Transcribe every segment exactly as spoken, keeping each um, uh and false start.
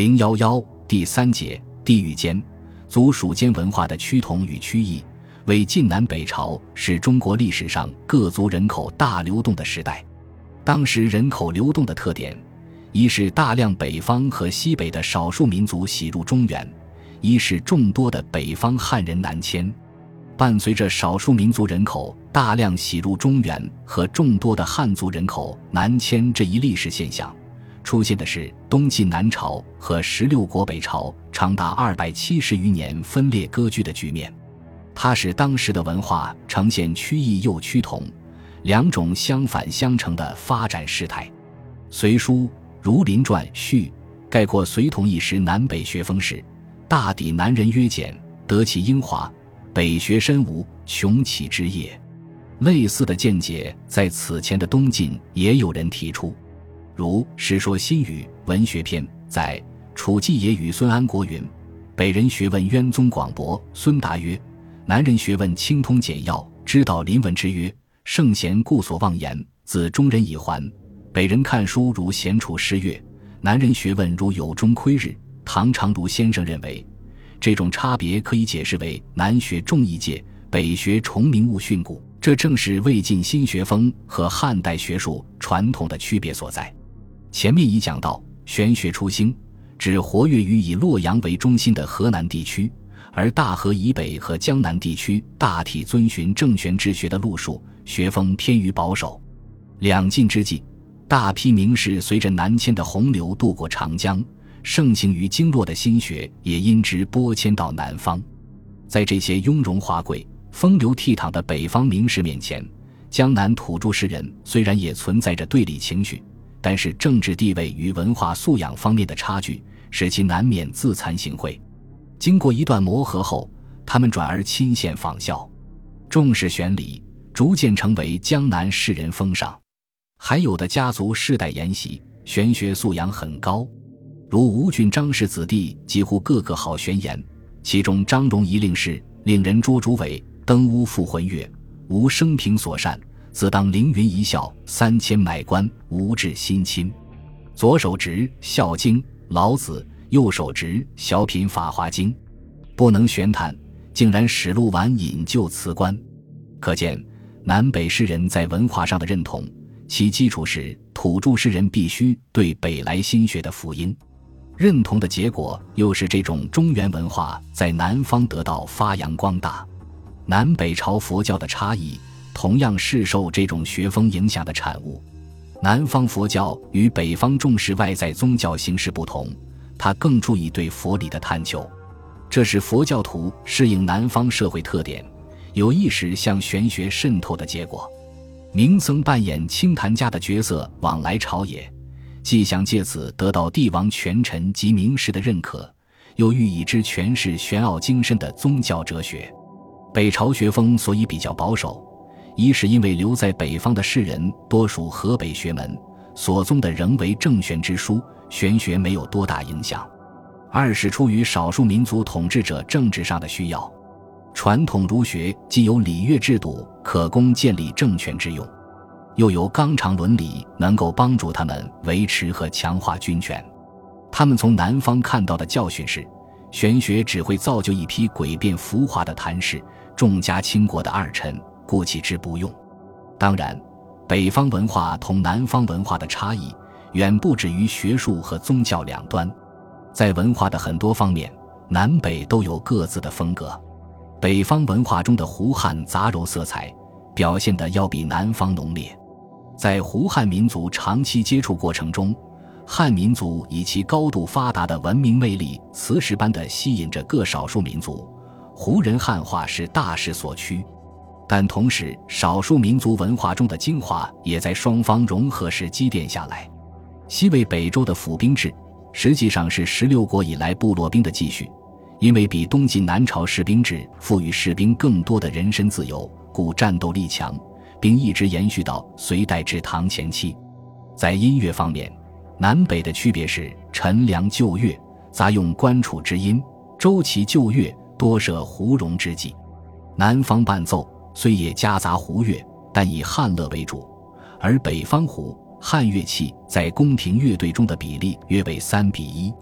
零一一第三节地域间族属间文化的趋同与趋异，为晋南北朝是中国历史上各族人口大流动的时代。当时人口流动的特点，一是大量北方和西北的少数民族徙入中原，一是众多的北方汉人南迁。伴随着少数民族人口大量徙入中原和众多的汉族人口南迁这一历史现象，出现的是东晋南朝和十六国北朝长达二百七十余年分裂割据的局面。它使当时的文化呈现趋异又趋同，两种相反相成的发展势态。隋书《儒林传》序概括隋同一时南北学风时，大抵南人曰简，得其英华，北学深无，穷其之也。类似的见解在此前的东晋也有人提出，如《世说新语·文学篇》在楚季野与孙安国云：北人学问渊宗广博，孙答曰：南人学问清通简要，知道临文之曰：圣贤故所忘言，自中人以还。北人看书如闲处诗乐，南人学问如有中窥日。唐长儒先生认为，这种差别可以解释为南学重义界，北学崇名务训诂，这正是魏晋新学风和汉代学术传统的区别所在。前面已讲到，玄学初兴指活跃于以洛阳为中心的河南地区，而大河以北和江南地区大体遵循郑玄之学的路数，学风偏于保守。两晋之际，大批名士随着南迁的洪流渡过长江，盛行于经络的心学也因之拨迁到南方。在这些雍容华贵、风流倜傥的北方名士面前，江南土著士人虽然也存在着对立情绪，但是政治地位与文化素养方面的差距使其难免自惭形秽。经过一段磨合后，他们转而亲献仿效，重视玄理，逐渐成为江南士人风尚。还有的家族世代沿袭，玄学素养很高，如吴郡张氏子弟几乎个个好玄言，其中张荣仪令氏令人捉竹尾，登屋复魂月，无生平所善，自当凌云一笑，三千买官，无至心亲。左手执《孝经》老子，右手执小品《法华经》，不能玄谈，竟然使路晚引就辞官。可见南北士人在文化上的认同，其基础是土著士人必须对北来心学的福音认同的结果，又是这种中原文化在南方得到发扬光大。南北朝佛教的差异同样是受这种学风影响的产物。南方佛教与北方重视外在宗教形式不同，它更注意对佛理的探求，这是佛教徒适应南方社会特点，有意识向玄学渗透的结果。明僧扮演清谈家的角色往来朝野，既想借此得到帝王权臣及名士的认可，又欲以之诠释玄奥精深的宗教哲学。北朝学风所以比较保守，一是因为留在北方的士人多属河北学门，所宗的仍为郑玄之书，玄学没有多大影响；二是出于少数民族统治者政治上的需要，传统儒学既有礼乐制度可供建立政权之用，又有纲常伦理能够帮助他们维持和强化军权。他们从南方看到的教训是，玄学只会造就一批诡辩浮华的谈士，重家轻国的二臣，故弃之不用。当然，北方文化同南方文化的差异远不止于学术和宗教两端，在文化的很多方面，南北都有各自的风格。北方文化中的胡汉杂糅色彩表现得要比南方浓烈。在胡汉民族长期接触过程中，汉民族以其高度发达的文明魅力磁石般地吸引着各少数民族，胡人汉化是大势所趋。但同时，少数民族文化中的精华也在双方融合时积淀下来。西魏北周的府兵制实际上是十六国以来部落兵的继续，因为比东晋南朝士兵制赋予士兵更多的人身自由，故战斗力强，并一直延续到隋代至唐前期。在音乐方面，南北的区别是陈梁旧乐杂用官楚之音，周齐旧乐多设胡戎之技。南方伴奏虽也夹杂胡乐，但以汉乐为主，而北方胡汉乐器在宫廷乐队中的比例约为三比一。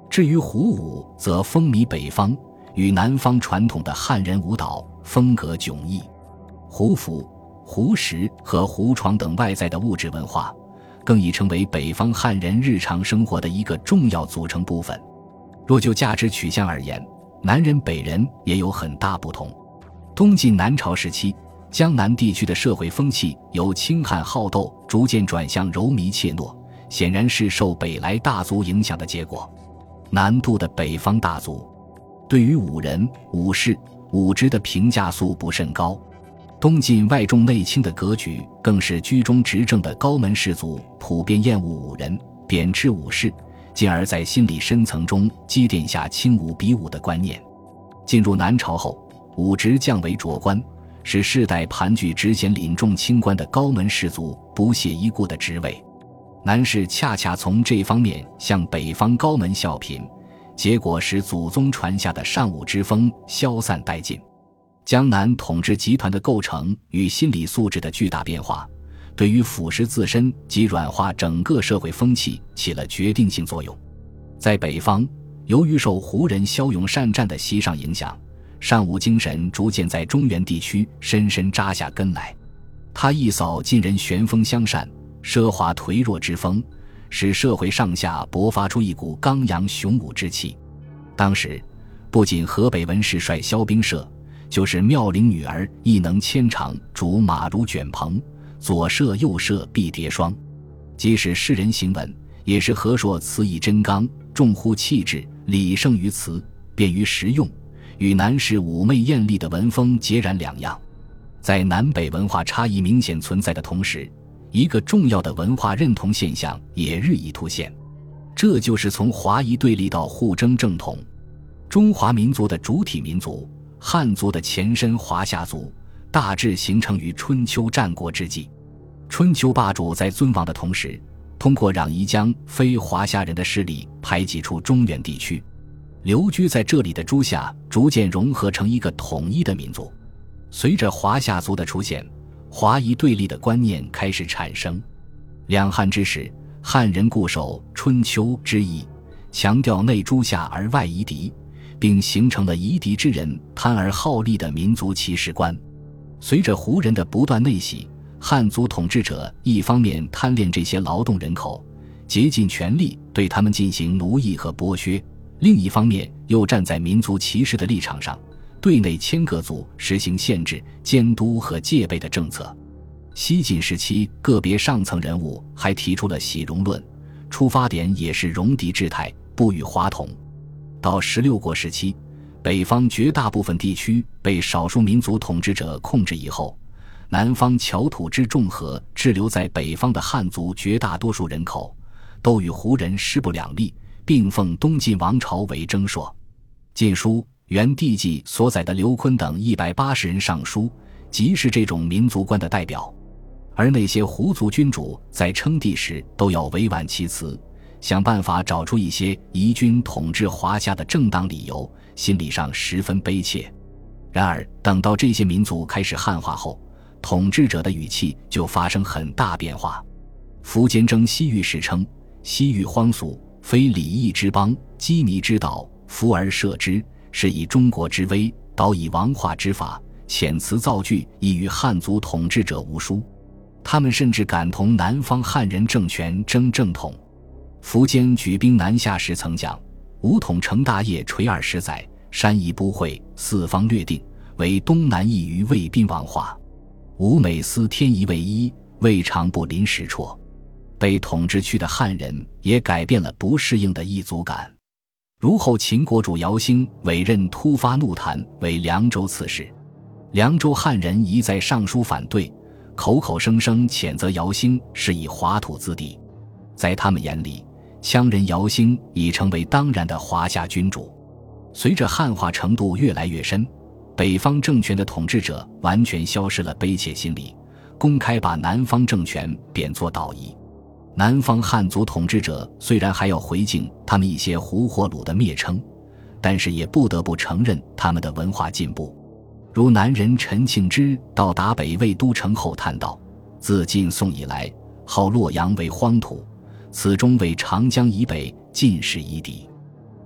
至于胡舞则风靡北方，与南方传统的汉人舞蹈风格迥异。胡服、胡石和胡床等外在的物质文化更已成为北方汉人日常生活的一个重要组成部分。若就价值取向而言，南人北人也有很大不同。东晋南朝时期，江南地区的社会风气由清悍好斗逐渐转向柔靡怯懦，显然是受北来大族影响的结果。南渡的北方大族对于武人、武士、武职的评价素不甚高，东晋外重内轻的格局更是居中执政的高门士族普遍厌恶武人，贬斥武士，进而在心理深层中积淀下轻武比武的观念。进入南朝后，武职降为擢官，是世代盘踞职衔领重清官的高门士族不屑一顾的职位。南士恰恰从这方面向北方高门效颦，结果使祖宗传下的尚武之风消散殆尽。江南统治集团的构成与心理素质的巨大变化，对于腐蚀自身及软化整个社会风气起了决定性作用。在北方，由于受胡人骁勇善战的西上影响，尚武精神逐渐在中原地区深深扎下根来。他一扫晋人旋风相善、奢华颓弱之风，使社会上下勃发出一股刚阳雄武之气。当时不仅河北文士率骁兵射，就是妙龄女儿亦能牵长竹马如卷蓬，左射右射必叠霜。即使世人行文，也是和硕辞以真刚，重乎气质，礼胜于辞，便于实用，与南士妩媚艳丽的文风截然两样。在南北文化差异明显存在的同时，一个重要的文化认同现象也日益凸显，这就是从华夷对立到互争正统。中华民族的主体民族汉族的前身华夏族，大致形成于春秋战国之际。春秋霸主在尊王的同时，通过攘夷将非华夏人的势力排挤出中原地区，流居在这里的诸夏逐渐融合成一个统一的民族。随着华夏族的出现，华夷对立的观念开始产生。两汉之时，汉人固守春秋之意，强调内诸夏而外夷狄，并形成了夷狄之人贪而好利的民族歧视观。随着胡人的不断内洗，汉族统治者一方面贪恋这些劳动人口，竭尽全力对他们进行奴役和剥削，另一方面又站在民族歧视的立场上，对内迁各族实行限制、监督和戒备的政策。西晋时期，个别上层人物还提出了洗戎论，出发点也是戎狄治态，不与华同。到十六国时期，北方绝大部分地区被少数民族统治者控制以后，南方侨土之众和滞留在北方的汉族绝大多数人口都与胡人势不两立，并奉东晋王朝为征朔。晋书元帝纪所载的刘琨等一百八十人上书，即是这种民族观的代表。而那些胡族君主在称帝时都要委婉其辞，想办法找出一些夷君统治华夏的正当理由，心理上十分悲切。然而等到这些民族开始汉化后，统治者的语气就发生很大变化。苻坚征西域时称，西域荒俗，非礼义之邦，羁縻之岛，夫而设之，是以中国之威，导以王化之法，遣词造句亦与汉族统治者无殊。他们甚至感同南方汉人政权争正统。苻坚举兵南下时曾讲，吾统成大业垂二十载，山夷不会，四方略定，为东南易于魏宾王化。吾每思天夷为一，未尝不临时辍。被统治区的汉人也改变了不适应的异族感。如后秦国主姚兴委任突发怒谭为凉州刺史，凉州汉人一再上书反对，口口声声谴责姚兴是以华土资地。在他们眼里，羌人姚兴已成为当然的华夏君主。随着汉化程度越来越深，北方政权的统治者完全消失了悲切心理，公开把南方政权贬作倒夷。南方汉族统治者虽然还要回敬他们一些胡或鲁的蔑称，但是也不得不承认他们的文化进步。如南人陈庆之到达北魏都城后叹道，自晋宋以来，号洛阳为荒土，此中为长江以北尽是夷狄。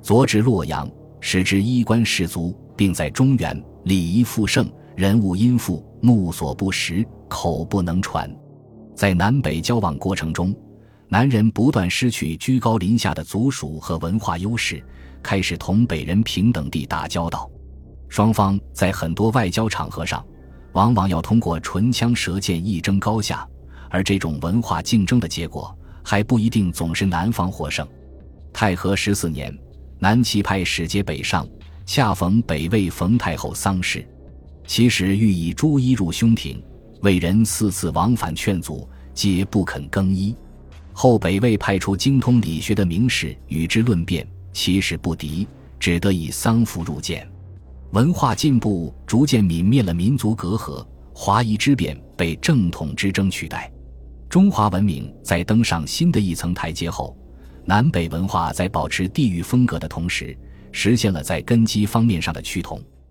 佐至洛阳，使之衣冠士族，并在中原，礼仪复盛，人物殷富，目所不识，口不能传。在南北交往过程中，南人不断失去居高临下的族属和文化优势，开始同北人平等地打交道。双方在很多外交场合上，往往要通过唇枪舌剑一争高下，而这种文化竞争的结果，还不一定总是南方获胜。太和十四年，南齐派使节北上，恰逢北魏冯太后丧事，其使欲以朱衣入宫廷，魏人四次往返劝阻，皆不肯更衣。后北魏派出精通理学的名士与之论辩，其使不敌，只得以丧服入见。文化进步逐渐泯灭了民族隔阂，华夷之辩被正统之争取代。中华文明在登上新的一层台阶后，南北文化在保持地域风格的同时，实现了在根基方面上的趋同。